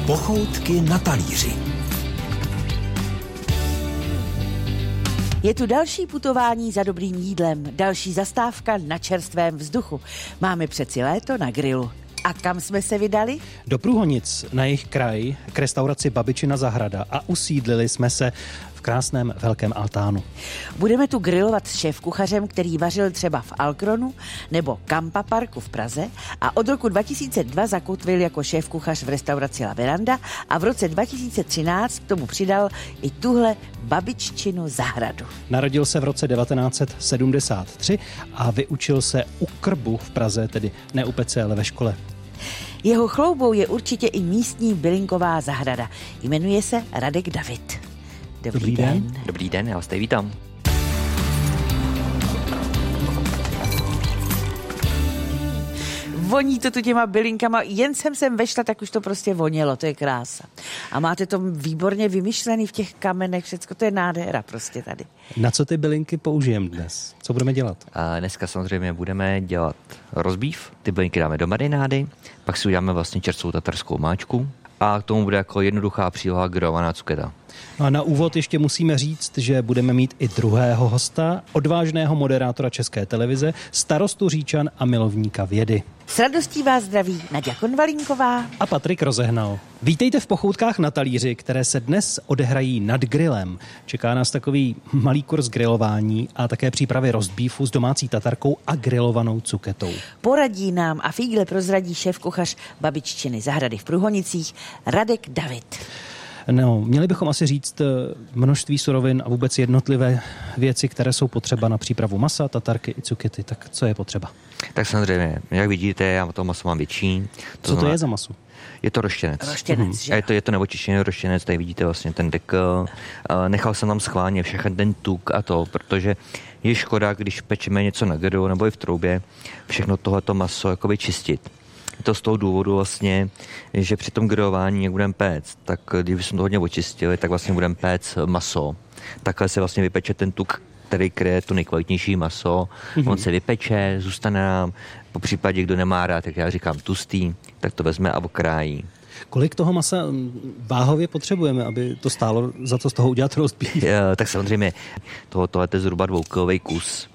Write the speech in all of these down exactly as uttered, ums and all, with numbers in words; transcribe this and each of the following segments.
Pochoutky na talíři. Je tu další putování za dobrým jídlem, další zastávka na čerstvém vzduchu. Máme přeci léto na grilu. A kam jsme se vydali? Do Průhonic, na jejich kraj, k restauraci Babičina zahrada a usídlili jsme se v krásném velkém altánu. Budeme tu grilovat s šéfkuchařem, který vařil třeba v Alkronu nebo Kampa Parku v Praze a od roku dva tisíce dva zakotvil jako šéfkuchař v restauraci La Veranda a v roce dva tisíce třináct k tomu přidal i tuhle Babiččinu zahradu. Narodil se v roce devatenáct set sedmdesát tři a vyučil se u krbu v Praze, tedy ne u pece, ale ve škole. Jeho chloubou je určitě i místní bylinková zahrada. Jmenuje se Radek David. Dobrý, Dobrý den. den. Dobrý den, já vás tady vítám. Voní to tu těma bylinkama, jen jsem sem vešla, tak už to prostě vonělo, to je krása. A máte to výborně vymyšlený v těch kamenech, všecko, to je nádhera prostě tady. Na co ty bylinky použijeme dnes? Co budeme dělat? A dneska samozřejmě budeme dělat rozbív, ty bylinky dáme do marinády, pak si uděláme vlastně čerstvou tatarskou máčku a k tomu bude jako jednoduchá příloha grilovaná cuketa. No a na úvod ještě musíme říct, že budeme mít i druhého hosta, odvážného moderátora České televize, starostu Říčan a milovníka vědy. S radostí vás zdraví Naďa Konvalínková A Patrik Rozehnal. Vítejte v Pochoutkách na talíři, které se dnes odehrají nad grilem. Čeká nás takový malý kurz grilování a také přípravy rozbífu s domácí tatarkou a grilovanou cuketou. poradí nám a fígle prozradí šéfkuchař Babiččiny zahrady v Průhonicích Radek David. No, měli bychom asi říct množství surovin a vůbec jednotlivé věci, které jsou potřeba na přípravu masa, tatarky i cukety. Tak co je potřeba? Tak samozřejmě, jak vidíte, já to maso mám větší. To Co to znamená, je za maso? Je to roštěnec. Roštěnec, že A je to, je to neočištěný roštěnec, tady vidíte vlastně ten dekl. Nechal jsem tam schválně všechny ten tuk a to, protože je škoda, když pečeme něco na grilu nebo i v troubě, všechno tohleto maso jakoby čistit. Je to z toho důvodu vlastně, že při tom grilování, jak budeme péct, tak když jsme to hodně očistili, tak vlastně budeme péct maso. Takhle se vlastně vypeče ten tuk, který kryje to nejkvalitnější maso. Mm-hmm. On se vypeče, zůstane nám, po případě, kdo nemá rád, jak já říkám, tustý, tak to vezme a okrájí. Kolik toho masa váhově potřebujeme, aby to stálo za to z toho udělat rozbív? Tak samozřejmě, toho, tohle je zhruba dvoukilový kus.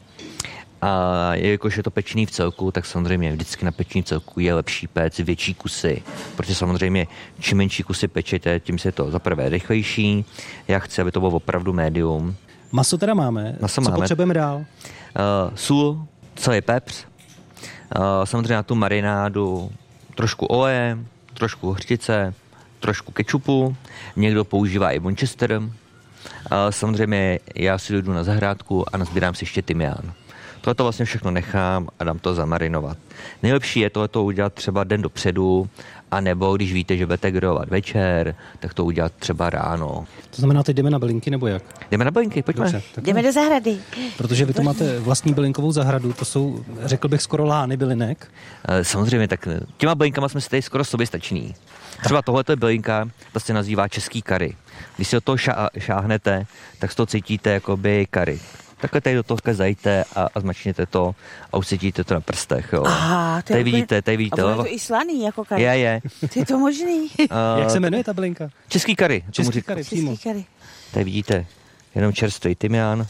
A jakož je to pečený v celku, tak samozřejmě vždycky na pečení v celku je lepší péct větší kusy, protože samozřejmě čím menší kusy pečete, tím se to zaprvé rychlejší. Já chci, aby to bylo opravdu médium. Maso teda máme. Maso Co máme. potřebujeme dál? Uh, sůl, celý pepř, uh, samozřejmě na tu marinádu trošku oleje, trošku hořčice, trošku kečupu, někdo používá i Winchester. Uh, samozřejmě já si jdu na zahrádku a nazbírám si ještě tymián. Tohle to vlastně všechno nechám a dám to zamarinovat. Nejlepší je tohleto udělat třeba den dopředu, a nebo když víte, že budete grilovat večer, tak to udělat třeba ráno. To znamená, teď jdeme na bylinky nebo jak? Jdeme na bylinky, pojďme. Dobře, tak Jdeme do zahrady. Protože vy tu máte vlastní bylinkovou zahradu, to jsou, řekl bych, skoro lány bylinek. Samozřejmě, tak těma bylinkama jsme si tady skoro soběstační. Třeba tohle je bylinka, to se nazývá český curry. Když si do toho šá, šáhnete, tak z toho cítíte jakoby curry. Takhle tady do toho zajďte a, a zmačněte to a už cítíte to na prstech. Jo. Aha, to tady je vidíte, tady A vidíte. ono je to i slaný, jako kary. Je, je. Je to možný. Uh, Jak se jmenuje ta bylinka? Český curry. tomu Český říká- curry, přímo. Český kary. Tady vidíte jenom čerstvý tymián.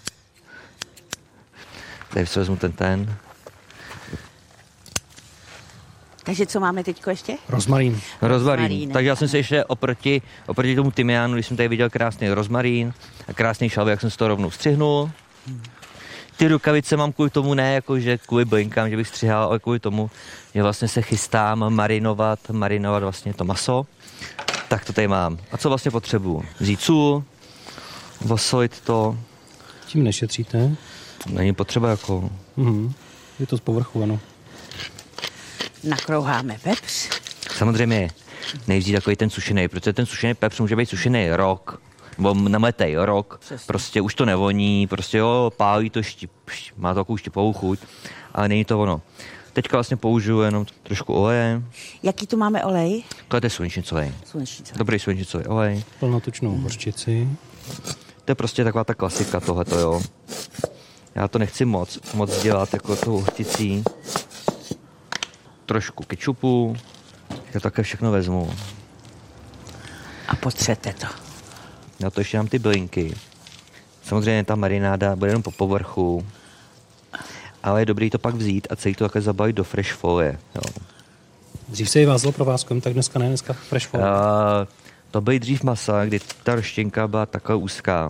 Tady si vezmu ten ten. Takže co máme teďko ještě? Rozmarín. Rozmarín. Rozmarín, Takže já jsem ano. si ještě oproti, oproti tomu tymiánu, když jsem tady viděl krásný rozmarín a krásný šalvy, jak jsem si to rovnou střihnul. Ty rukavice mám kvůli tomu ne, jako že kvůli bylinkám, že bych střihal, ale kvůli tomu, že vlastně se chystám marinovat, marinovat vlastně to maso. Tak to tady mám. A co vlastně potřebuju? Vzít sůl, osolit to. Tím nešetříte? Není potřeba jako... Mhm. Je to z povrchu, ano. Nakrouháme pepř. Samozřejmě nejvzít takový ten sušený, protože ten sušený pepř může být sušený rok, nebo namletej rok, Přesně. prostě už to nevoní, prostě jo, pálí to, štip, štip, má to takovou štipovou chuť, ale není to ono. Teďka vlastně použiju jenom trošku oleje, Jaký tu máme olej? to je slunečnicový, Slunečnice. dobrý slunečnicový olej, Plnotučnou hořčici. to je prostě taková ta klasika tohleto, jo. Já to nechci moc, moc dělat jako tou hořčicí, trošku kečupu, já také všechno vezmu. A potřete to. Na to ještě dám ty bylinky. Samozřejmě ta marináda bude jenom po povrchu, ale je dobrý to pak vzít a celý to takhle zabalit do fresh folie. Jo. Dřív se ji vázlo provázkem, tak dneska ne, dneska fresh folie. Uh, to byly dřív masa, kdy ta roštěnka byla taková úzká.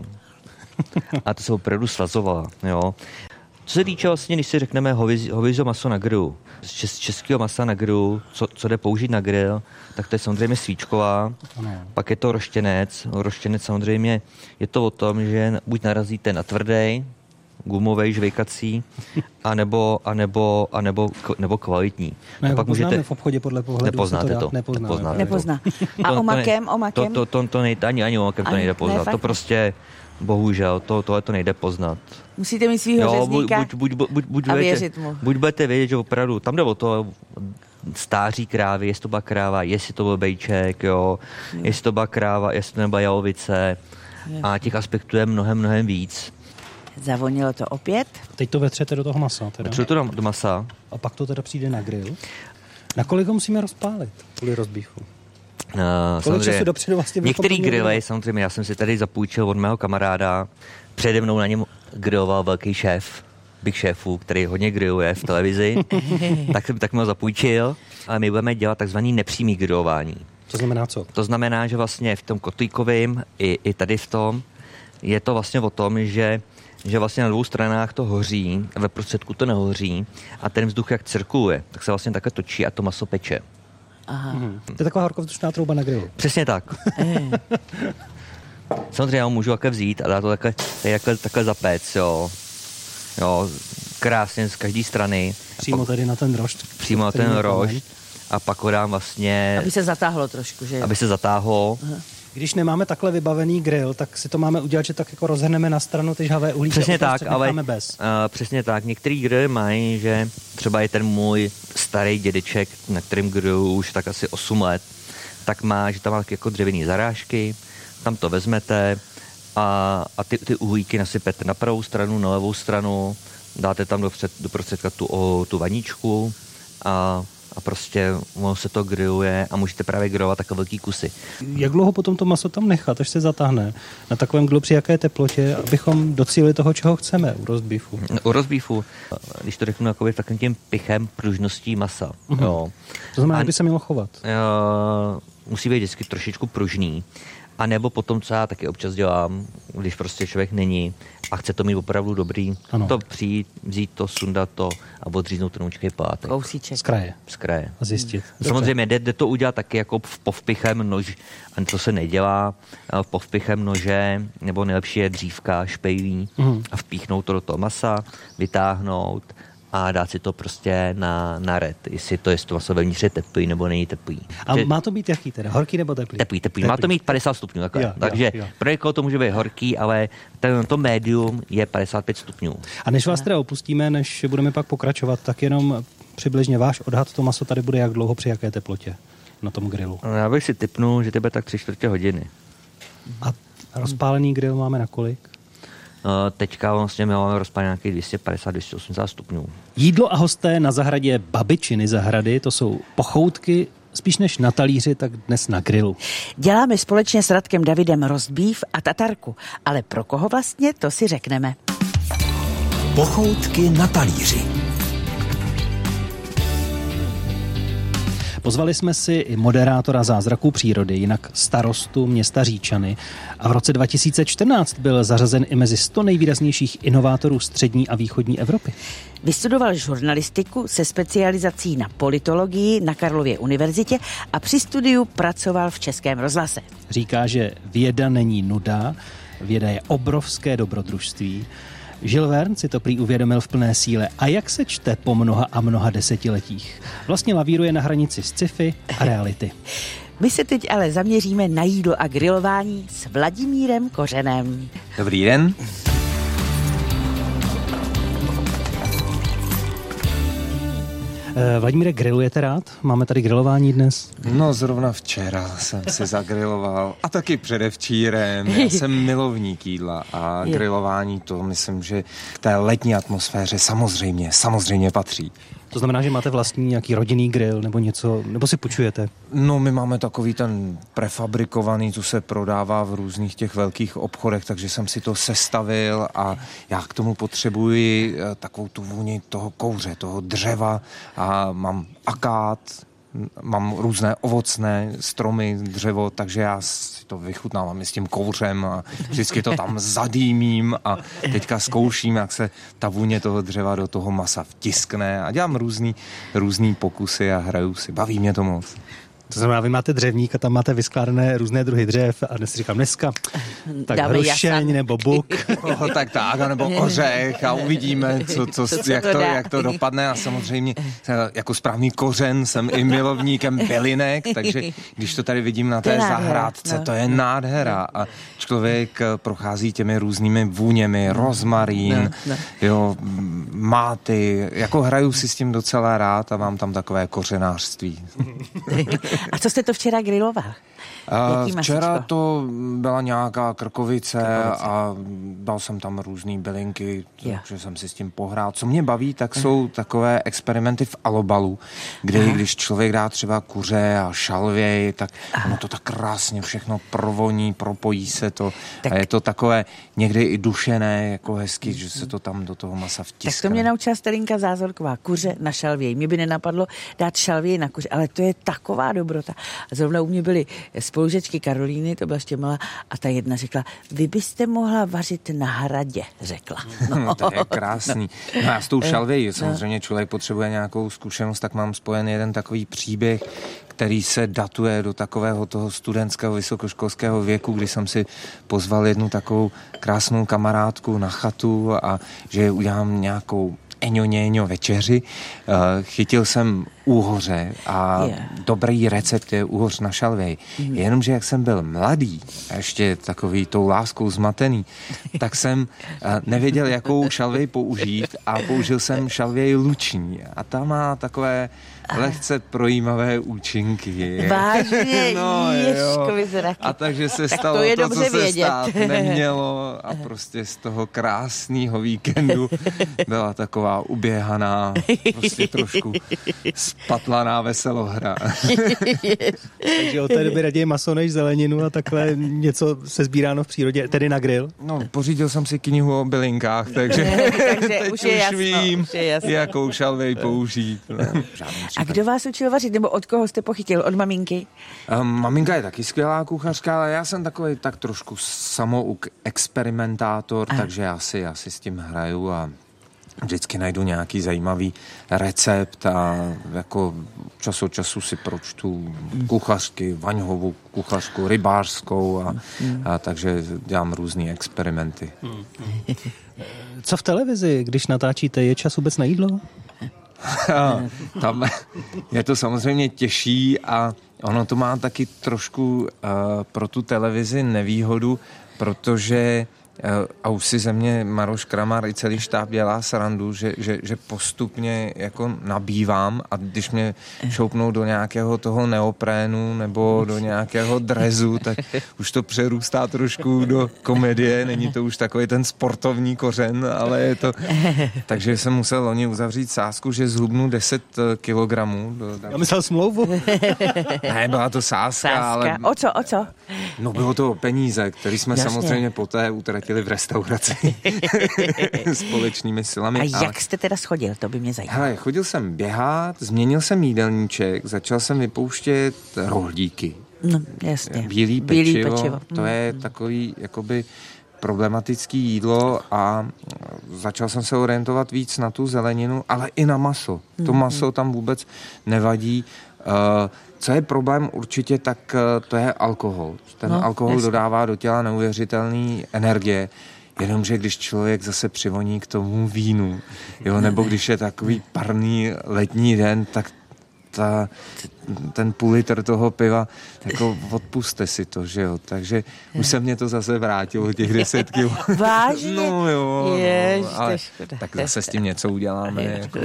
A to se opravdu svazovala. Jo. Co se týče vlastně, když si řekneme hověz, hovězího maso na grilu, z čes, českého masa na grilu, co, co jde použít na grill, tak to je samozřejmě svíčková, ano. Pak je to roštěnec. Roštěnec samozřejmě je to o tom, že buď narazíte na tvrdý, gumovej, žvejkací, anebo, anebo, anebo, nebo kvalitní. No, a pak můžete v obchodě podle pohledu. Nepoznáte to. Nepozná. Nepoznáte Nepozná. A to, omakem, omakem? To, to, to, to nejde, ani, ani omakem to nejde poznat. Ne, to prostě, bohužel, to, tohle to nejde poznat. Musíte mít svýho jo, řezníka buď, buď, buď, buď, buď a budete, věřit mu. Buď budete vědět, že opravdu, tam jde o to stáří krávy, jestli to byla kráva, jestli to byl bejček, jo, jo. jestli to byla kráva, jestli to nebyla jalovice. Jo. A těch aspektů je mnohem, mnohem víc. Zavonilo to opět. Teď to vetřete do toho masa. Teda. Vetřete to do, do masa. A pak to teda přijde na grill. Na kolik ho musíme rozpálit kvůli rozbífu? Uh, samozřejmě, dopředu vlastně některý grily, samozřejmě, já jsem si tady zapůjčil od mého kamaráda, přede mnou na něm griloval velký šéf, big šéfů, který hodně grilluje v televizi, tak jsem tak mi ho zapůjčil, ale my budeme dělat takzvaný nepřímý grilování. To znamená co? To znamená, že vlastně v tom kotlíkovém i, i tady v tom je to vlastně o tom, že že vlastně na dvou stranách to hoří, ve prostředku to nehoří a ten vzduch jak cirkuluje, tak se vlastně takhle točí a to maso peče. Aha. Mm-hmm. To je taková horkovzdušná trouba na grilu. Přesně tak. Samozřejmě já ho můžu takhle vzít a dát to takhle, takhle, takhle zapéct, jo. Jo, krásně z každé strany. Přímo tady na ten rošt. Přímo na ten rošt a pak ho dám vlastně... Aby se zatáhlo trošku, že jo? Aby se zatáhlo. Aha. Když nemáme takhle vybavený grill, tak si to máme udělat, že tak jako rozhrneme na stranu ty žhavé uhlíky. Přesně tak, ale bez. Uh, přesně tak. Některý grilly mají, že třeba je ten můj starý dědeček, na kterém grillu už tak asi osm let, tak má, že tam má jako dřevěný zarážky, tam to vezmete a, a ty, ty uhlíky nasypete na pravou stranu, na levou stranu, dáte tam do, před, do prostředka tu, o, tu vaničku a a prostě ono se to grilluje a můžete právě grillovat takové velký kusy. Jak dlouho potom to maso tam nechat, až se zatáhne? Na takovém grillu při jaké teplotě, abychom docílili toho, čeho chceme u roast beefu? U roast beefu, když to řeknu takovým takovým tím pichem, pružností masa. Uh-huh. Jo. To znamená, jak by se mělo chovat? Uh, musí být vždycky trošičku pružný. A nebo potom, co já taky občas dělám, když prostě člověk není a chce to mít opravdu dobrý, ano. to přijít, vzít to, sundat to a odříznout ten účkej pátek. Kousíček. Z kraje. Z kraje. A zjistit. Hmm. Samozřejmě jde, jde to udělat taky jako povpichem nož, a to se nedělá, povpichem nože, nebo nejlepší je dřívka, špejlí mm. a vpíchnout to do toho masa, vytáhnout a dát si to prostě na, na red, jestli to, jestli to maso vevnitř je teplý nebo není teplý. A že, má to být jaký teda? Horký nebo teplý? Teplý, teplý. teplý. Má to mít padesát stupňů. Jo, takže jo, jo. pro někoho to může být horký, ale ten, to médium je padesát pět stupňů. A než vás teda opustíme, než budeme pak pokračovat, tak jenom přibližně váš odhad, to maso tady bude jak dlouho při jaké teplotě na tom grilu? Já bych si tipnul, že to bude tak tři čtvrtě hodiny. A rozpálený grill máme na kolik? Teďka vlastně máme rozpálený nějakých dvě stě padesát až dvě stě osmdesát stupňů. Jídlo a hosté na zahradě Babičiny zahrady, to jsou pochoutky, spíš než na talíři, tak dnes na grilu. Děláme společně s Radkem Davidem roast beef a tatarku, ale pro koho vlastně, to si řekneme. Pochoutky na talíři. Pozvali jsme si i moderátora Zázraků přírody, jinak starostu města Říčany, a v roce dva tisíce čtrnáct byl zařazen i mezi sto nejvýraznějších inovátorů střední a východní Evropy. Vystudoval žurnalistiku se specializací na politologii na Karlově univerzitě a při studiu pracoval v Českém rozhlase. Říká, že věda není nuda, věda je obrovské dobrodružství. Jules Verne si to prý uvědomil v plné síle. A jak se čte po mnoha a mnoha desetiletích? Vlastně lavíruje na hranici sci-fi a reality. My se teď ale zaměříme na jídlo a grilování s Vladimírem Kořenem. Dobrý den. Vladimíre, grillujete rád? Máme tady grilování dnes? No zrovna včera jsem si zagriloval a taky předevčírem. Já jsem milovník jídla a grilování to myslím, že k té letní atmosféře samozřejmě, samozřejmě patří. To znamená, že máte vlastní nějaký rodinný grill nebo něco, nebo si půjčujete? No, my máme takový ten prefabrikovaný, co se prodává v různých těch velkých obchodech, takže jsem si to sestavil a já k tomu potřebuji takovou tu vůni toho kouře, toho dřeva a mám akát, mám různé ovocné stromy, dřevo, takže já si to vychutnávám i s tím kouřem a vždycky to tam zadýmím a teďka zkouším, jak se ta vůně toho dřeva do toho masa vtiskne a dělám různý, různý pokusy a hraju si. Baví mě to moc. To znamená, vy máte dřevník a tam máte vyskládané různé druhy dřev a dnes si říkám dneska, tak dáme hrušeň jasan. nebo buk. No, tak tak, nebo ořech a uvidíme, co, co, Co, co jak, to to, dá. jak to dopadne a samozřejmě jako správný kořen jsem i milovníkem bylinek, takže když to tady vidím na To je té nádhera, zahrádce, no. to je nádhera a člověk prochází těmi různými vůněmi, rozmarín, No, no. jo, máty, jako hraju si s tím docela rád a mám tam takové kořenářství. A co jste to včera griloval? Jaký Včera masíčko? to byla nějaká krkovice, krkovice a dal jsem tam různý bylinky, Jo. že jsem si s tím pohrál. Co mě baví, tak jsou takové experimenty v alobalu, kde Aha. když člověk dá třeba kuře a šalvěj, tak ono to tak krásně všechno provoní, propojí se to Tak- a je to takové někdy i dušené, jako hezky, že se to tam do toho masa vtiskne. Tak to mě naučila Starinka Zázorková. Kuře na šalvěj. Mě by nenapadlo dát šalvěj na kuře, ale to je taková dobrota. A zrovna u mě byly spolužečky Karolíny, to byla ještě malá, a ta jedna řekla, vy byste mohla vařit na hradě, řekla. No, to je krásný. No a s tou šalvějí, samozřejmě člověk potřebuje nějakou zkušenost, tak mám spojen jeden takový příběh, který se datuje do takového toho studentského vysokoškolského věku, kdy jsem si pozval jednu takovou krásnou kamarádku na chatu a že udělám nějakou eňo večeři. Chytil jsem úhoře a Yeah. dobrý recept je úhoř na šalvěj. Mm. Jenomže jak jsem byl mladý a ještě takový tou láskou zmatený, tak jsem nevěděl, jakou šalvěj použít a použil jsem šalvěj luční. A ta má takové lehce projímavé účinky. Vážně, No, Ježkovi jo. zraky. A takže se Tak stalo to je to, dobře co se vědět. stát nemělo a prostě z toho krásného víkendu byla taková uběhaná, prostě trošku spatlaná veselohra. Takže od té doby raději maso než zeleninu a takhle něco se sbíráno v přírodě, tedy na grill. No, pořídil jsem si knihu o bylinkách, takže, Takže teď už je jasno, vím, už je jasno. jakou šalvěj použít. No, v žádném A případě. kdo vás učil vařit, nebo od koho jste pochytil? Od maminky? Um, maminka je taky skvělá kuchařka, ale já jsem takový tak trošku samouk experimentátor, Aha. takže já si, já si s tím hraju a vždycky najdu nějaký zajímavý recept a jako čas od času si pročtu kuchařky, Vaňhovu kuchařku, rybářskou a, a takže dělám různý experimenty. Co v televizi, když natáčíte, je čas vůbec na jídlo? Tam je to samozřejmě těžší a ono to má taky trošku uh, pro tu televizi nevýhodu, protože uh, a už si ze mě Maroš Kramar i celý štáb dělá srandu, že, že, že postupně jako nabývám a když mě šoupnou do nějakého toho neoprénu nebo do nějakého drezu, tak už to přerůstá trošku do komedie, není to už takový ten sportovní kořen, ale je to... Takže jsem musel loni uzavřít sázku, že zhubnu deset kilogramů. Do, Já myslel smlouvu. Ne, byla to sázka, Sázka. ale... O co, o co? No bylo to o peníze, které jsme Jasně. samozřejmě poté utratili v restauraci společnými silami. A ale- jak jste teda schodil? To by mě zajímalo. Hele, chodil jsem běhat, změnil jsem jídelníček, začal jsem vypouštět rohlíky. No, jasně. Bílý Bílý pečivo, pečivo. to je takový jakoby problematický jídlo a začal jsem se orientovat víc na tu zeleninu, ale i na maso. To maso tam vůbec nevadí. Uh, co je problém určitě, tak uh, to je alkohol. Ten No, alkohol jasně. dodává do těla neuvěřitelné energie, jenomže když člověk zase přivoní k tomu vínu, jo, nebo když je takový parný letní den, tak ta, ten půl litr toho piva, jako odpuste si to, že jo. Takže už se mě to zase vrátilo, těch deset kilo. Vážně? No jo, Jež, no, ale tak zase s tím něco uděláme. Jako.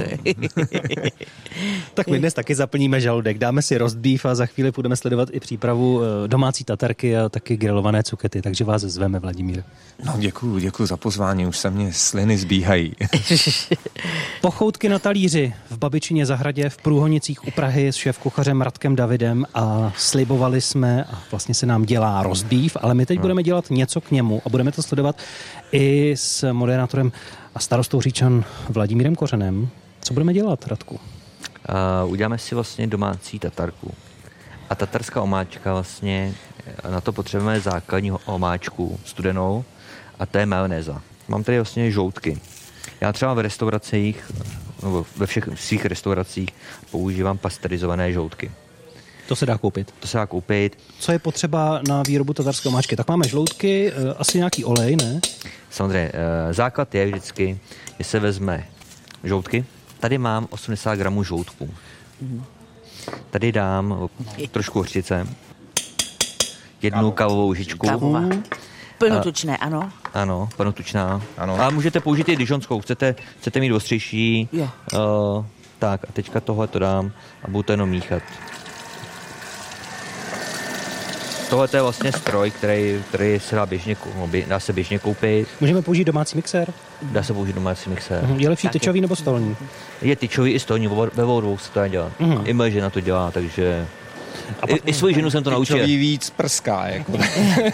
Tak my dnes taky zaplníme žaludek, dáme si roast beef a za chvíli půjdeme sledovat i přípravu domácí tatarky a taky grilované cukety, takže vás zveme, Vladimír. No děkuju, děkuju za pozvání, už se mě sliny zbíhají. Pochoutky na talíři v Babičině zahradě v Průhonicích u Prahy s šéfkuchařem Radkem Davidem a slibovali jsme, a vlastně se nám dělá roast beef, ale my teď no. budeme dělat něco k němu a budeme to sledovat i s moderátorem a starostou Říčan Vladimírem Kořenem. Co budeme dělat, Radku? Uh, uděláme si vlastně domácí tatarku. A tatarská omáčka vlastně, na to potřebujeme základní omáčku studenou a to je majonéza. Mám tady vlastně žloutky. Já třeba v restauracích, nebo ve všech svých restauracích používám pasterizované žloutky. To se dá koupit. To se dá koupit. Co je potřeba na výrobu tatarské omáčky? Tak máme žloutky, asi nějaký olej, ne? Samozřejmě. Základ je vždycky, že se vezme žloutky. Tady mám osmdesát gramů žloutků. Tady dám trošku hořčice, jednu kávovou lžičku. Kávová. Plnotučné, ano. Ano, plnotučná. Ano. Ale můžete použít i dižonskou. Chcete, chcete mít ostřejší. Jo. Uh, tak a teďka tohle to dám a budu to jenom míchat. Tohle je vlastně stroj, který, který se dá, běžně, dá se běžně koupit. Můžeme použít domácí mixér? Dá se použít domácí mixér. Uh-huh. Je lepší tak tyčový je... nebo stolní? Je tyčový i stolní, ve obou dvou se to dělá. Uh-huh. I moje žena to dělá, takže... A I, I svoji ženu jsem to naučil. Tyčový víc prská, jako. uh,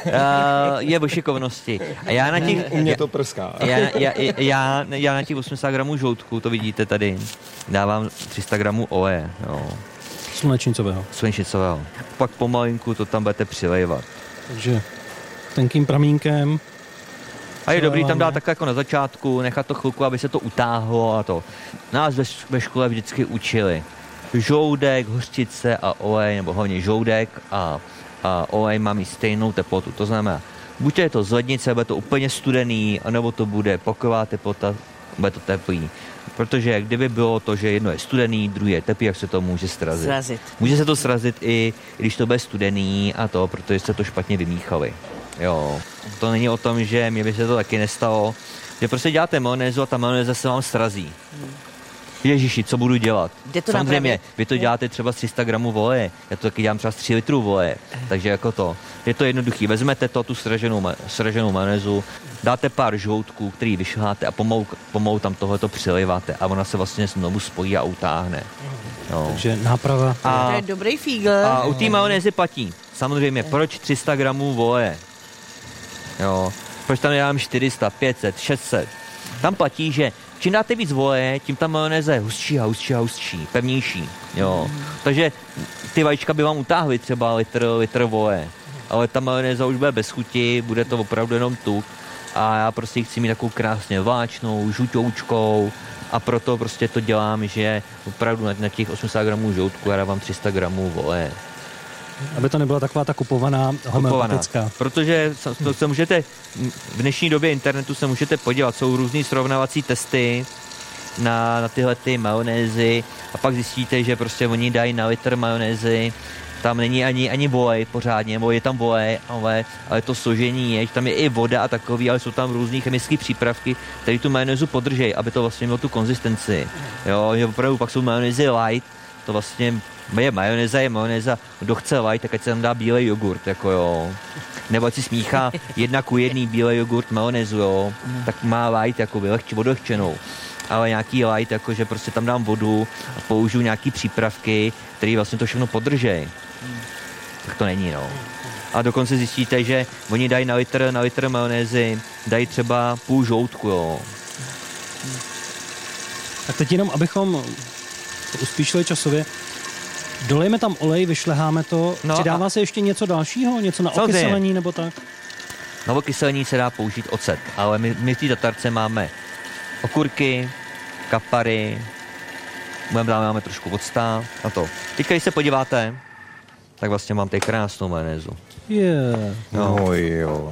je o šikovnosti. A já na těch... U mě to prská. Já, já, já, já na těch osmdesát gramů žloutku, to vidíte tady, dávám tři sta gramů oleje. Jo. Slunečnicového. Slunečnicového. Pak pomalinku to tam budete přilejvat. Takže tenkým pramínkem. A je dobrý tam dát tak jako na začátku, nechat to chvilku, aby se to utáhlo a to. Nás ve, ve škole vždycky učili. Žloudek, hořčice a olej, nebo hlavně žloudek a, a olej má mít stejnou teplotu. To znamená, buď je to z lednice, bude to úplně studený, anebo to bude pokojová teplota, bude to teplý. Protože kdyby bylo to, že jedno je studený, druhý je teplý, jak se to může srazit. Srazit. Může se to srazit i když to bude studený a to, protože se to špatně vymíchali. Jo. To není o tom, že mě by se to taky nestalo, že prostě děláte majonézu a ta majonéza se vám srazí. Hmm. Ježiši, co budu dělat? To samozřejmě, napravit? Vy to děláte třeba z tři sta gramů voleje, já to taky dělám třeba z tři litrů voleje, takže jako to. Je to jednoduchý, vezmete to, tu sraženou, sraženou majonézu, dáte pár žloutků, který vyšleháte a pomalu, pomalu tam tohleto přiliváte a ona se vlastně znovu spojí a utáhne. No. Takže náprava. A, to je dobrý fígl. A u té majonézy platí, samozřejmě, proč tři sta gramů voleje? Jo, proč tam dělám čtyři sta, pět set, šest set? Tam platí, že čím dáte víc voleje, tím ta majonéza je hustší a hustší a hustší, pevnější, jo. Mm. Takže ty vajíčka by vám utáhly třeba litr, litr voleje, ale ta majonéza už bude bez chuti, bude to opravdu jenom tuk a já prostě chci mít takovou krásně vláčnou, žutoučkou a proto prostě to dělám, že opravdu na, na těch osmdesát gramů žloutku já dávám tři sta gramů voleje. Aby to nebyla taková ta kupovaná homeopatická. Protože to se můžete, v dnešní době internetu se můžete podívat, jsou různý srovnávací testy na, na tyhle ty majonézy a pak zjistíte, že prostě oni dají na litr majonézy, tam není ani, ani volej pořádně, nebo je tam volej, ale, ale to složení je, že tam je i voda a takový, ale jsou tam různý chemické přípravky, které tu majonézu podržejí, aby to vlastně mělo tu konzistenci. Jo, že opravdu pak jsou majonézy light, to vlastně je majonéza, je majonéza, kdo chce light, tak ať se tam dá bílej jogurt, jako jo. Nebo ať si smíchá jedna ku jedný bílej jogurt, majonézu, jo, tak má light, jako vylehči, vodolehčenou. Ale nějaký light, jako že prostě tam dám vodu a použiju nějaký přípravky, které vlastně to všechno podržejí. Tak to není, no. A dokonce zjistíte, že oni dají na litr, na litr majonézy, dají třeba půl žloutku, jo. Tak teď jenom, abychom to uspíšili časově, dolejeme tam olej, vyšleháme to, no přidává a... se ještě něco dalšího, něco na Samozřejmě. okyselení nebo tak? Na okyselení se dá použít ocet, ale my, my v té tatarce máme okurky, kapary, budeme dáme máme trošku octa a to. Teď, když se podíváte, tak vlastně mám tady krásnou majonézu. Yeah. No, no jo.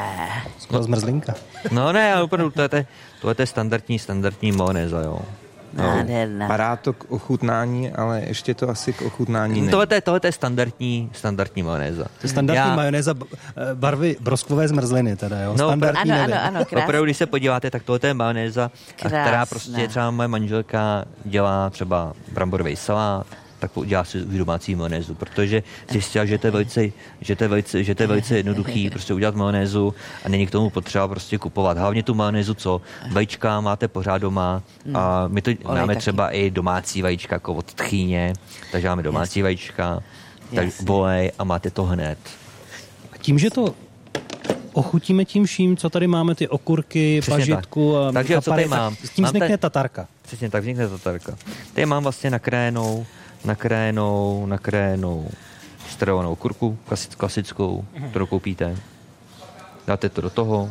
Yeah. Skoro zmrzlinka. No ne, ale opravdu, to je, to je standardní, standardní majonéza, jo. Nádherná. Padá to k ochutnání, ale ještě to asi k ochutnání není. Tohle, tohle je standardní, standardní majonéza. To je standardní Já- majonéza b- barvy broskvové zmrzliny teda, jo? No, Standardní Ano, nevím. ano, ano, krásně. Opravdu, když se podíváte, tak tohle je majonéza, která Krásná. prostě třeba moje manželka dělá třeba bramborový salát, tak udělá si domácí majonézu, protože zjistila, že to je velice, že to je velice, že to je velice jednoduchý prostě udělat majonézu a není k tomu potřeba prostě kupovat. Hlavně tu majonézu, co vajíčka máte pořád doma a my to Olej máme taky. třeba i domácí vajíčka, jako od tchýně, takže máme domácí Jasně. vajíčka, tak Jasně. volej a máte to hned. A tím, že to ochutíme tím vším, co tady máme, ty okurky, Přesně pažitku tak. a Takže co kapary, tady mám? tak s tím Mám vznikne tady- tatarka. Přesně tak vznikne tatarka. Tady mám vlastně nakrájenou, nakrájenou, nakrájenou sterilovanou kurku, klasi- klasickou, kterou koupíte. Dáte to do toho.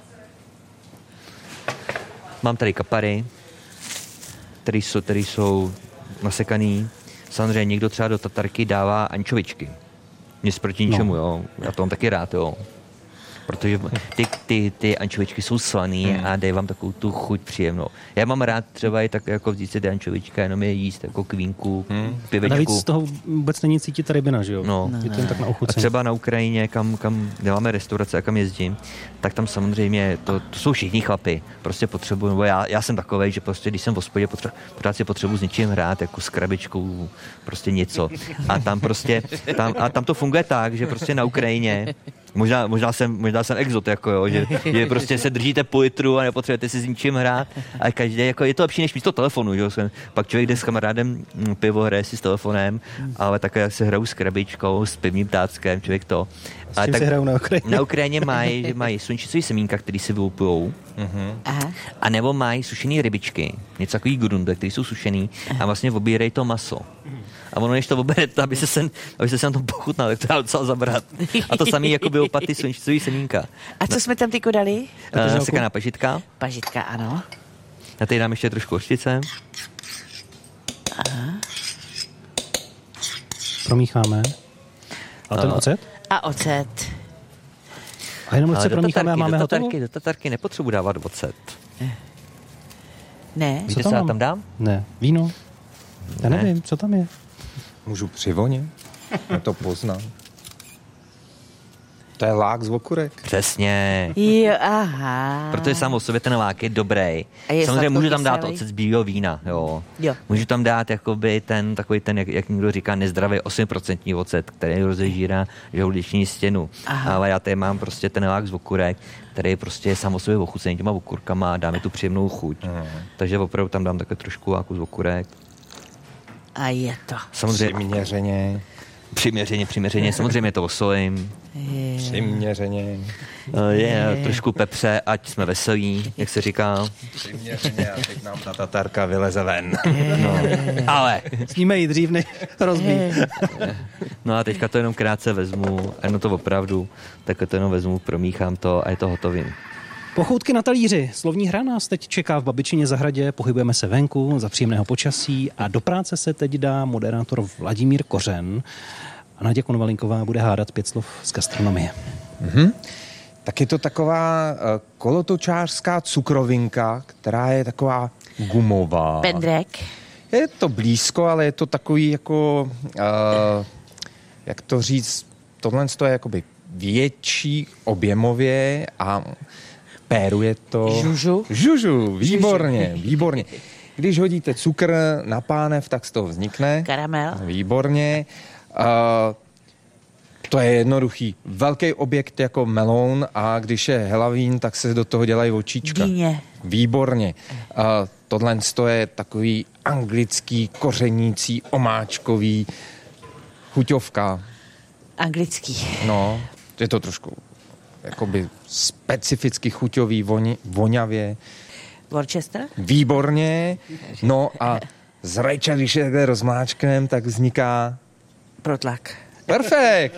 Mám tady kapary, které jsou, které jsou nasekaný. Samozřejmě někdo třeba do tatarky dává ančovičky. Nic proti ničemu, jo. Já to mám taky rád, jo. Protože ty, ty, ty ančovičky jsou slaný hmm. a dají vám takovou tu chuť příjemnou. Já mám rád třeba i tak jako vzít si ty ančovička, jenom je jíst jako k vínku, hmm. A pivečku. navíc z toho vůbec není cítit ta rybina, že jo? No. Je to jen tak na A ochucení. třeba na Ukrajině, kam, kam kde máme restaurace a kam jezdím, tak tam samozřejmě, to, to jsou všichni chlapi, prostě potřebuji, nebo já, já jsem takovej, že prostě, když jsem v hospodě, potře- pořád si potřebuji s něčím hrát, jako s krabičkou, prostě něco. A tam prostě, tam, a tam to funguje tak, že prostě na Ukrajině, možná, možná jsem, možná jsem exot, jako jo, že, že prostě se držíte půl litru a nepotřebujete si s ničím hrát, a každý, jako je to lepší než místo telefonu, že jo, pak člověk jde s kamarádem mm, pivo, hraje si s telefonem, ale také se hrajou s krabičkou, s pivním ptáckem, člověk to. S čím si hrajou na Ukrajině? Na Ukrajině mají, že mají slunčicový semínka, který si vyloupujou, Aha. a nebo mají sušený rybičky, něco takový grunde, které jsou sušený a vlastně obírají to maso. A ono, než to oberete, aby se, sen, aby se, se na tom pochutnal, tak to dá docela zabrat. A to samé jako by opaty slunčicový semínka. A co jsme tam tyko dali? Uh, Nasekaná pažitka. Pažitka, ano. A tady dám ještě trošku hořčice. Promícháme. A ten A- ocet? A ocet. A jenom Ale se do promícháme a tatarky, máme do hotovo? tatarky, do tatarky nepotřebuji dávat ocet. Ne? Víte, tam co já mám? tam dám? Ne. Víno? Já Ne. nevím, co tam je. Můžu přivoně? Já to poznám. To je lák z okurek. Přesně. Jo, aha. Protože sám o sobě ten lák je dobrý. A je Samozřejmě můžu tam dát sladkokyselý? ocet z bílého vína. Jo. Jo. Můžu tam dát jakoby ten, takový ten, jak, jak někdo říká, nezdravý osm procent ocet, který rozežírá žaludeční stěnu. Aha. Ale já tady mám prostě ten lák z okurek, který prostě je sám o sobě ochucený těma okurkama a dá mi tu příjemnou chuť. Mhm. Takže opravdu tam dám také trošku láku z okurek. A je to. Samozřejmě Přiměřeně. přiměřeně, přiměřeně, samozřejmě to osolím. Přiměřeně. Eh, Je trošku pepře, ať jsme veselí, jak se říká. Přiměřeně a teď nám ta tatarka vyleze ven. No. Ale, Sníme ji dřív, než rozbí. no a teďka to jenom krátce vezmu, a jenom to opravdu, tak to jenom vezmu, promíchám to a je to hotový. Pochoutky na talíři. Slovní hra nás teď čeká v Babičině zahradě, pohybujeme se venku za příjemného počasí a do práce se teď dá moderátor Vladimír Kořen a Naděja Konvalinková bude hádat pět slov z gastronomie. Mhm. Tak je to taková uh, kolotočářská cukrovinka, která je taková gumová. Pendrek. Je to blízko, ale je to takový jako, uh, jak to říct, tohle je jakoby větší objemově a péruje to... Žužu? Žužu, výborně, výborně. Když hodíte cukr na pánev, tak z toho vznikne. Karamel. Výborně. Uh, to je jednoduchý. Velký objekt jako meloun a když je helavín, tak se do toho dělají očička. Dýně. Výborně. Uh, tohle je takový anglický, kořenící, omáčkový chuťovka. Anglický. No, je to trošku jakoby specificky chuťový, voň, voňavě. Worcester? Výborně. No a z rajčat, když je takhle rozmáčknem, tak vzniká... Protlak. Perfekt!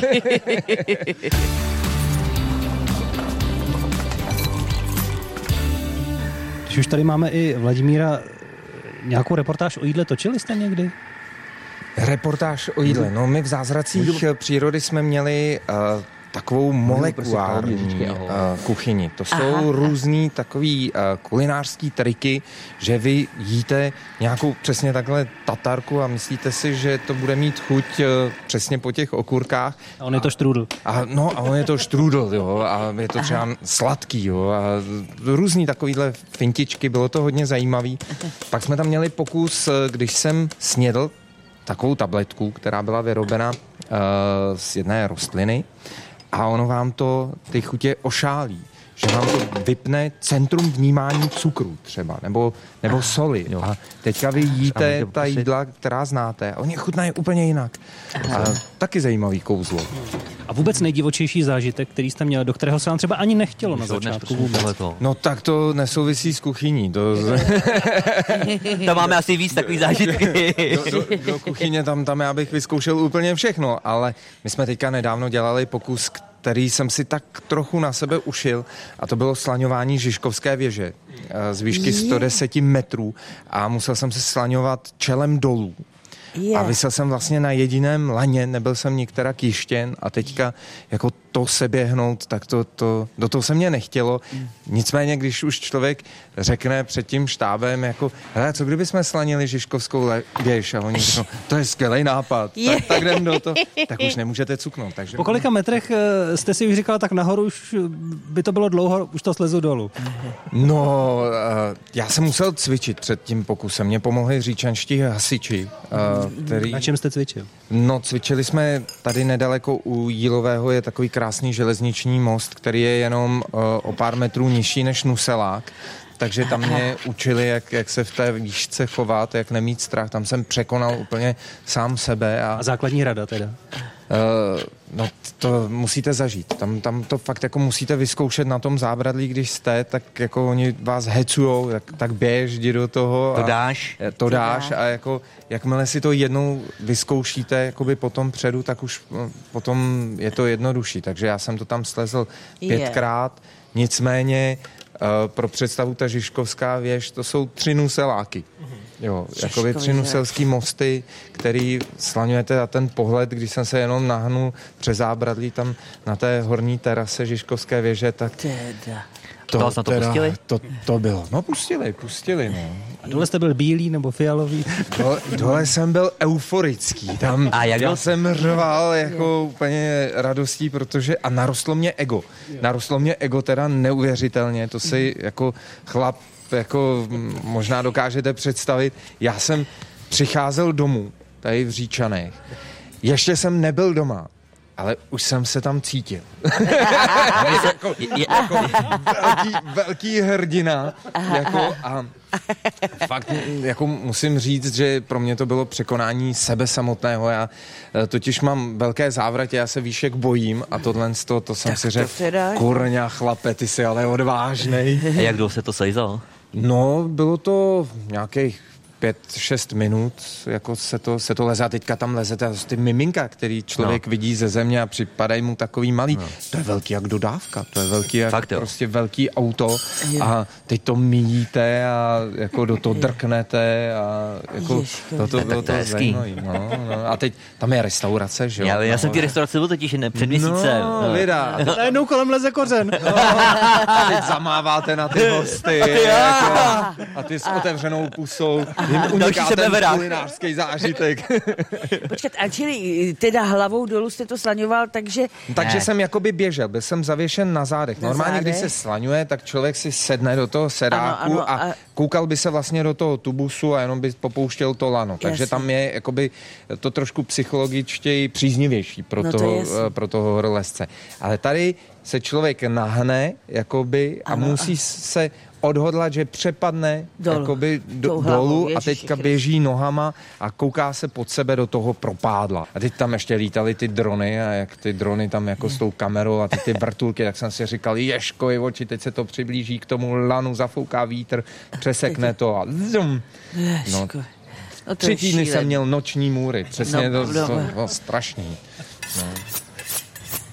Když už tady máme i Vladimíra, nějakou reportáž o jídle točili jste někdy? Reportáž o jídle. No my v Zázracích přírody jsme měli uh, takovou molekulární uh, kuchyni. To jsou Aha. různý takový uh, kulinářský triky, že vy jíte nějakou přesně takhle tatarku a myslíte si, že to bude mít chuť uh, přesně po těch okurkách. A on je to štrůdl. A, no a on je to štrůdl, jo, a je to třeba Aha. sladký, jo, a různý takovýhle fintičky, bylo to hodně zajímavý. Pak jsme tam měli pokus, když jsem snědl takovou tabletku, která byla vyrobena uh, z jedné rostliny a ono vám to ty chutě ošálí, že vám to vypne centrum vnímání cukru třeba, nebo, nebo soli. Jo. A teďka vy jíte ta jídla, která znáte a oni chutnají úplně jinak. A taky zajímavý kouzlo. A vůbec nejdivočejší zážitek, který jste měl, do kterého se vám třeba ani nechtělo na začátku vůbec. No tak to nesouvisí s kuchyní. To, tam máme asi víc takový zážitky. do, do, do kuchyně tam, tam já bych vyzkoušel úplně všechno, ale my jsme teďka nedávno dělali pokus, který jsem si tak trochu na sebe ušil, a to bylo slaňování Žižkovské věže z výšky sto deset metrů a musel jsem se slaňovat čelem dolů. Yeah. A vysel jsem vlastně na jediném laně, nebyl jsem nikterak jištěn a teďka jako to se běhnout, tak to, to, do toho se mě nechtělo. Nicméně, když už člověk řekne před tím štábem, jako, hele, co kdyby jsme slanili Žižkovskou věž a oni řeknou, to je skvělý nápad, yeah. tak, tak jdem do toho, tak už nemůžete cuknout. Takže... Po kolika metrech jste si už říkal, tak nahoru už by to bylo dlouho, už to slezu dolů? No, já jsem musel cvičit před tím pokusem. Mě pomohli říčanští hasiči. Který... Na čem jste cvičil? No, cvičili jsme tady nedaleko u Jílového, je takový krásný železniční most, který je jenom uh, o pár metrů nižší než Nuselák. Takže tam mě učili, jak, jak se v té výšce chovat, jak nemít strach. Tam jsem překonal úplně sám sebe. A, a základní rada teda? Uh, no to musíte zažít. Tam, tam to fakt jako musíte vyzkoušet na tom zábradlí, když jste, tak jako oni vás hecujou, tak, tak běž, jdi do toho. To dáš. A, to dáš a jako jakmile si to jednou vyzkoušíte jakoby potom předu, tak už potom je to jednodušší. Takže já jsem to tam slezl pětkrát. Nicméně uh, pro představu ta Žižkovská věž, to jsou tři nuseláky. Jo, jakoby tři nuselský mosty, který slaňujete a ten pohled, když jsem se jenom nahnul přes zábradlí tam na té horní terase Žižkovské věže, tak... Teda. To, to, to teda, pustili? To, to bylo. No pustili, pustili, no. A dole jste byl bílý nebo fialový? Dole, dole jsem byl euforický. Tam a jak já byl? jsem řval jako úplně radostí, protože a narostlo mě ego. Narostlo mě ego teda neuvěřitelně. To si jako chlap jako možná dokážete představit. Já jsem přicházel domů, tady v Říčanech. Ještě jsem nebyl doma, ale už jsem se tam cítil. jako, jako velký, velký hrdina. Jako, a fakt jako musím říct, že pro mě to bylo překonání sebe samotného. Já totiž mám velké závratě, já se výšek bojím a tohle to, to jsem tak si řekl, kurňa chlape, ty jsi ale odvážnej. A jak dlouho se to sejzalo? No, bylo to nějakých pět, šest minut, jako se to, se to leze a teďka tam lezete a ty miminka, který člověk no. vidí ze země a připadají mu takový malý. No. To je velký jak dodávka, to je velký jak Fakt, prostě velký auto a teď to míjíte a jako do toho drknete a jako to, to bylo to zajímavý. No, no. A teď tam je restaurace, že jo? Já, já jsem ty restaurace byl totiž ne, před měsícem. No, no. Vida. A najednou kolem leze kořen. No, a teď zamáváte na ty hosty jako, a ty s otevřenou pusou. Uniká ten kulinářský zážitek. Počkat, a čili teda hlavou dolů jste to slaňoval, takže... Takže ne. jsem jakoby běžel, byl jsem zavěšen na zádech. Na Normálně, zádech? když se slaňuje, tak člověk si sedne do toho sedáku ano, ano, a, a koukal by se vlastně do toho tubusu a jenom by popouštěl to lano. Takže jasný. tam je jakoby to trošku psychologičtěji příznivější pro, no toho, to pro toho horolezce. Ale tady se člověk nahne jakoby a ano, musí se odhodlat, že přepadne dolů, jakoby do, hlavou, dolů Ježiši a teďka Krist. běží nohama a kouká se pod sebe do toho propádla. A teď tam ještě lítaly ty drony a jak ty drony tam jako s tou kamerou a ty, ty vrtulky, tak jsem si říkal, ježkovi oči, teď se to přiblíží k tomu lanu, zafouká vítr, přesekne to a zum. No, no tři týdny jsem měl noční můry, přesně no, to, to, to, to strašný. No.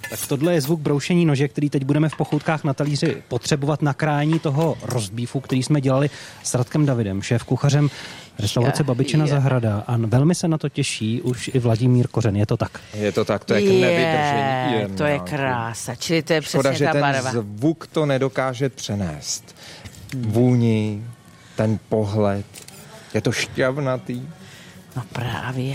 Tak tohle je zvuk broušení nože, který teď budeme v pochoutkách na talíři potřebovat na krájení toho roastbeefu, který jsme dělali s Radkem Davidem, šéf-kuchařem restaurace Babičina je. zahrada. A velmi se na to těší už i Vladimír Kořen. Je to tak? Je to tak, to je k Je, nevydržení. to je krása, čili to je Škoda, přesně že ta ten barva. zvuk to nedokáže přenést. Vůni, ten pohled, je to šťavnatý. No právě.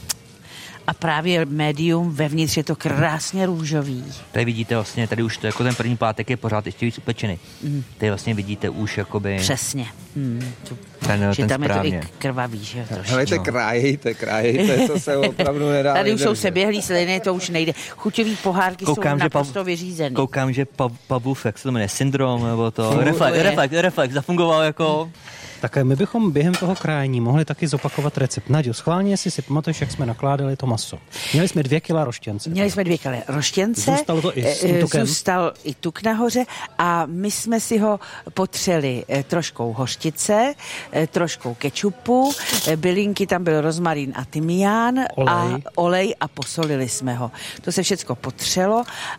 A právě médium vevnitř je to krásně růžový. Tady vidíte vlastně, tady už to, jako ten první plátek je pořád ještě víc upečený. Mm. Tady vlastně vidíte už jakoby... Přesně. Hmm. Tu, Ten, že ten tam správně. je to i krvavý, že trošku. Helejte, krájejte, krájejte, to se opravdu nedá Tady už jsou vydržet. seběhlý sliny, to už nejde. Chuťový pohárky Koukám, jsou že naprosto Pav- vyřízený. Koukám, že pa, Pavlův, jak se to jmenuje, syndrom, nebo to, Funguje. reflex, reflex, reflex, zafungoval jako... Tak my bychom během toho krájení mohli taky zopakovat recept. Naďo, schválně, jestli si pamatuješ, jak jsme nakládali to maso. Měli jsme dvě kila roštěnce. Měli jsme dvě kile roštěnce. Zůstalo to i s eh, tukem? Zůstal i tuk nahoře a my jsme si ho potřeli eh, troškou hořčice, eh, troškou kečupu, eh, bylinky, tam byl rozmarín a tymián Olej. a olej a posolili jsme ho. To se všecko potřelo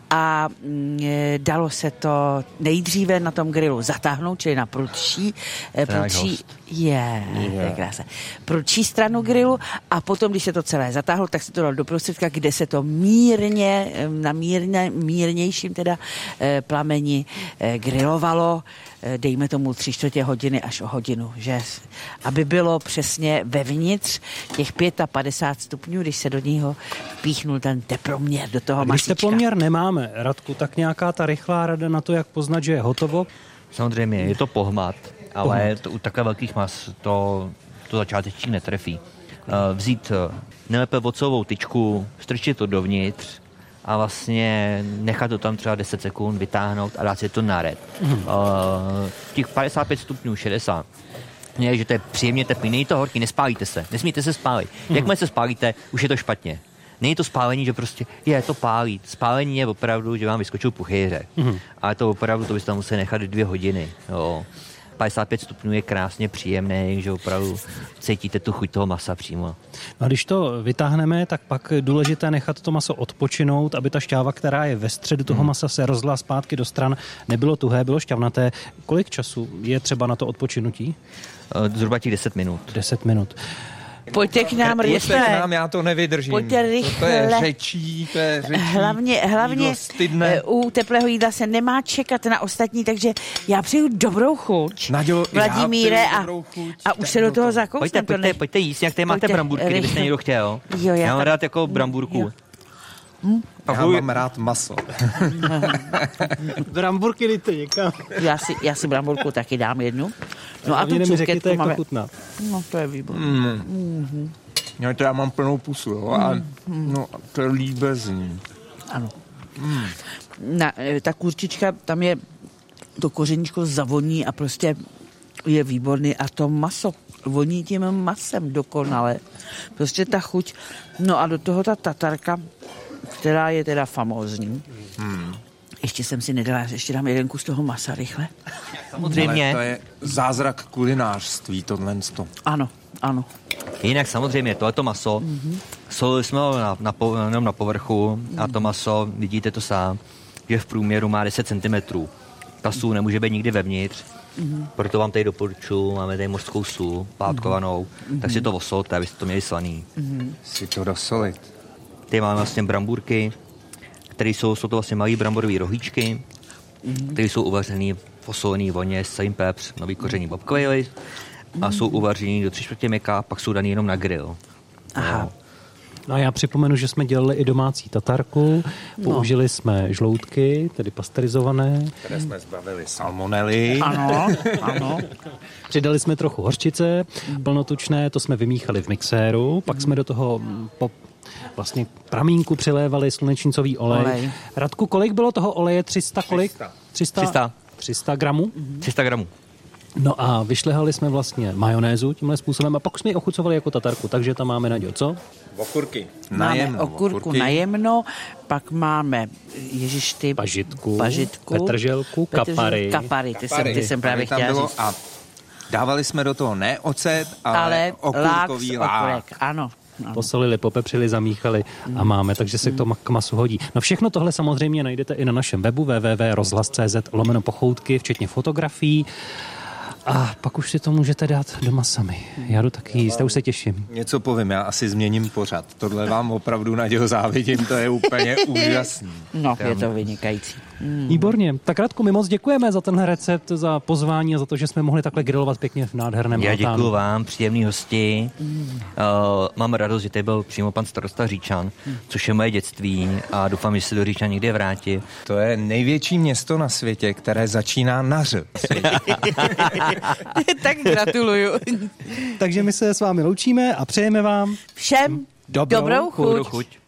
a mm, eh, dalo se to nejdříve na tom grilu zatáhnout, čili na prudší, eh, To je jak prudší host. je, to je krásné. Prudší stranu grilu a potom, když se to celé zatáhlo, tak se to dalo do prostředka, kde se to mírně, eh, na mírně, mírnějším teda eh, plameni eh, grilovalo, eh, dejme tomu tři čtvrtě hodiny až o hodinu, že? Aby bylo přesně vevnitř těch padesát pět stupňů, když se do něho píchnul ten teploměr do toho Když masíčka. teploměr nemáme, Radku, tak nějaká ta rychlá rada na to, jak poznat, že je hotovo? Samozřejmě, je to pohmat, ale to, u takhle velkých mas to, to začátečník netrefí. Uh, vzít uh, nejlépe vocovou tyčku, strčit to dovnitř a vlastně nechat to tam třeba deset sekund, vytáhnout a dát si to na red. Mm. Uh, těch padesát pět stupňů, šedesát. Je, že to je příjemně teplý, není to horký, nespálíte se, nesmíte se spálit. Mm. Jakmile se spálíte, už je to špatně. Není to spálení, že prostě je to pálí. Spálení je opravdu, že vám vyskočil puchýře. Mm. Ale to opravdu, to byste tam museli nechat dvě hodiny. Jo. padesát pět stupňů je krásně příjemný, že opravdu cítíte tu chuť toho masa přímo. No a když to vytáhneme, tak pak je důležité nechat to maso odpočinout, aby ta šťáva, která je ve středu toho Hmm. masa, se rozlila zpátky do stran. Nebylo tuhé, bylo šťavnaté. Kolik času je třeba na to odpočinutí? Zhruba těch deset minut. deset minut. Pojďte k nám Pojďte rychle. k nám, já to nevydržím. Pojďte To je rychle. řečí, to je řečí. Hlavně, hlavně jídlo stydne. eh, u teplého jídla se nemá čekat na ostatní, takže já přeju dobrou chuť. Naďo, Vladimíre, já přeju a, dobrou chuť. a už se do toho Pojďte, zakousneme. to pojďte, ne- pojďte jíst, jak tady máte Pojďte, bramburky, kdybyste rychle. někdo chtěl. Jo, já já mám tam- rád jako bramburku. Jo. Já mám rád maso. Bramburky dejte někam. Já si, já si bramburku taky dám jednu. No a Hlavně tu mi řekněte, cuketku jak to máme. chutná. No to je výborné. Mm. No, to já mám plnou pusu, jo. A, no, to je líbezní. Ano. Na, eh, ta kurčička, tam je to kořeníčko zavoní a prostě je výborný a to maso voní tím masem dokonale. Prostě ta chuť. No a do toho ta tatarka, která je teda famózní. Hmm. Ještě jsem si nedala, ještě dám jeden kus toho masa rychle. Samozřejmě. Ale to je zázrak kulinářství, tohle. Ano, ano. Jinak samozřejmě, tohleto maso, mm-hmm. solili jsme ho na, na, po, jenom na povrchu mm-hmm. a to maso, vidíte to sám, že v průměru má deset centimetrů. Ta sůl nemůže být nikdy vevnitř, mm-hmm. proto vám tady doporučuji, máme tady mořskou sůl, pátkovanou, mm-hmm. tak si to osolte, abyste to měli slaný. Mm-hmm. Si to dosolit. Tady máme vlastně bramburky, které jsou, jsou to vlastně malé bramborové rohlíčky, mm-hmm. které jsou uvařené v posolené voně s celým pepř, nový koření bobkový list a jsou uvařený do tři čtvrtě měkká, pak jsou daný jenom na grill. Aha. No. No a já připomenu, že jsme dělali i domácí tatarku, použili no. jsme žloutky, tedy pasterizované. Které jsme zbavili salmonely. Ano, ano. Přidali jsme trochu hořčice, plnotučné, to jsme vymíchali v mixéru, pak jsme do toho po vlastně pramínku přilévali slunečnicový olej. Olej. Radku, kolik bylo toho oleje? tři sta kolik? tři sta. tři sta. tři sta gramů? tři sta gramů. No a vyšlehali jsme vlastně majonézu tímhle způsobem a pak jsme ji ochucovali jako tatarku, takže tam máme, Naďo, co? Okurky. Máme Najemno, okurku okurky. najemno, pak máme, ježiš ty... Pažitku, pažitku petrželku, kapary. Kapary, ty, Kapary. Jsem, ty jsem právě Tam chtěla bylo říct. A dávali jsme do toho ne ocet, ale, Ale okurkový lák z lák. okurek, ano. posolili, popepřili, zamíchali a máme, takže se to k masu hodí. No všechno tohle samozřejmě najdete i na našem webu w w w tečka rozhlas tečka c z lomeno pochoutky, včetně fotografií. A pak už si to můžete dát doma sami. Já jdu taky jíst, už se těším. Něco povím, já asi změním pořad. Tohle vám opravdu, Naděho, závidím, to je úplně úžasný. No, je to vynikající. Mm. Výborně. Tak Radku, my moc děkujeme za tenhle recept, za pozvání a za to, že jsme mohli takhle grilovat pěkně v nádherném Já altánu. děkuju vám, příjemný hosti. Mm. Uh, mám radost, že tady byl přímo pan starosta Říčan, mm. což je moje dětství a doufám, že se do Říčan někdy vrátí. To je největší město na světě, které začíná na ř. Tak gratuluju. Takže my se s vámi loučíme a přejeme vám všem dobrou, dobrou chuť. chuť.